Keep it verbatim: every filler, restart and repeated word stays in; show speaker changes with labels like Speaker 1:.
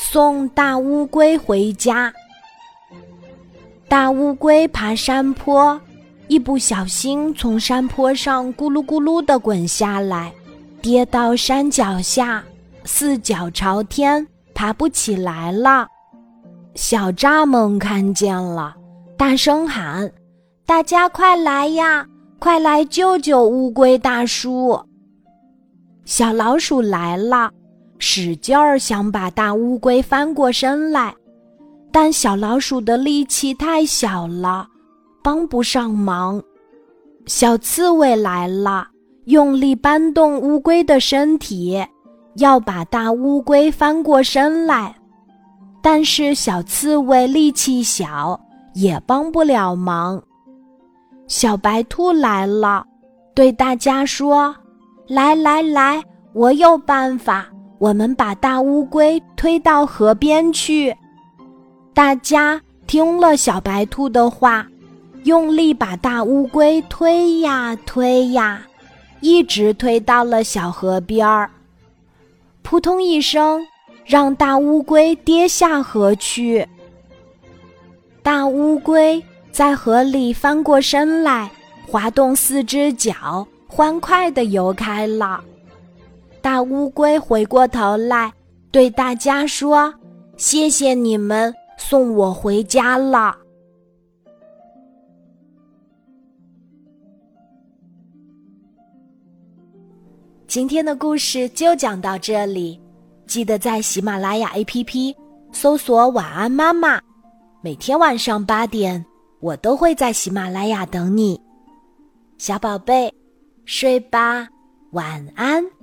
Speaker 1: 送大乌龟回家。大乌龟爬山坡，一不小心从山坡上咕噜咕噜地滚下来，跌到山脚下，四脚朝天，爬不起来了。小蚱蜢看见了，大声喊：大家快来呀，快来救救乌龟大叔！小老鼠来了，使劲儿想把大乌龟翻过身来，但小老鼠的力气太小了，帮不上忙。小刺猬来了，用力搬动乌龟的身体，要把大乌龟翻过身来，但是小刺猬力气小，也帮不了忙。小白兔来了，对大家说：来来来，我有办法，我们把大乌龟推到河边去。大家听了小白兔的话，用力把大乌龟推呀推呀，一直推到了小河边儿。扑通一声，让大乌龟跌下河去。大乌龟在河里翻过身来，滑动四只脚，欢快地游开了。大乌龟回过头来，对大家说：谢谢你们送我回家了。今天的故事就讲到这里，记得在喜马拉雅 A P P 搜索晚安妈妈，每天晚上八点，我都会在喜马拉雅等你。小宝贝，睡吧，晚安。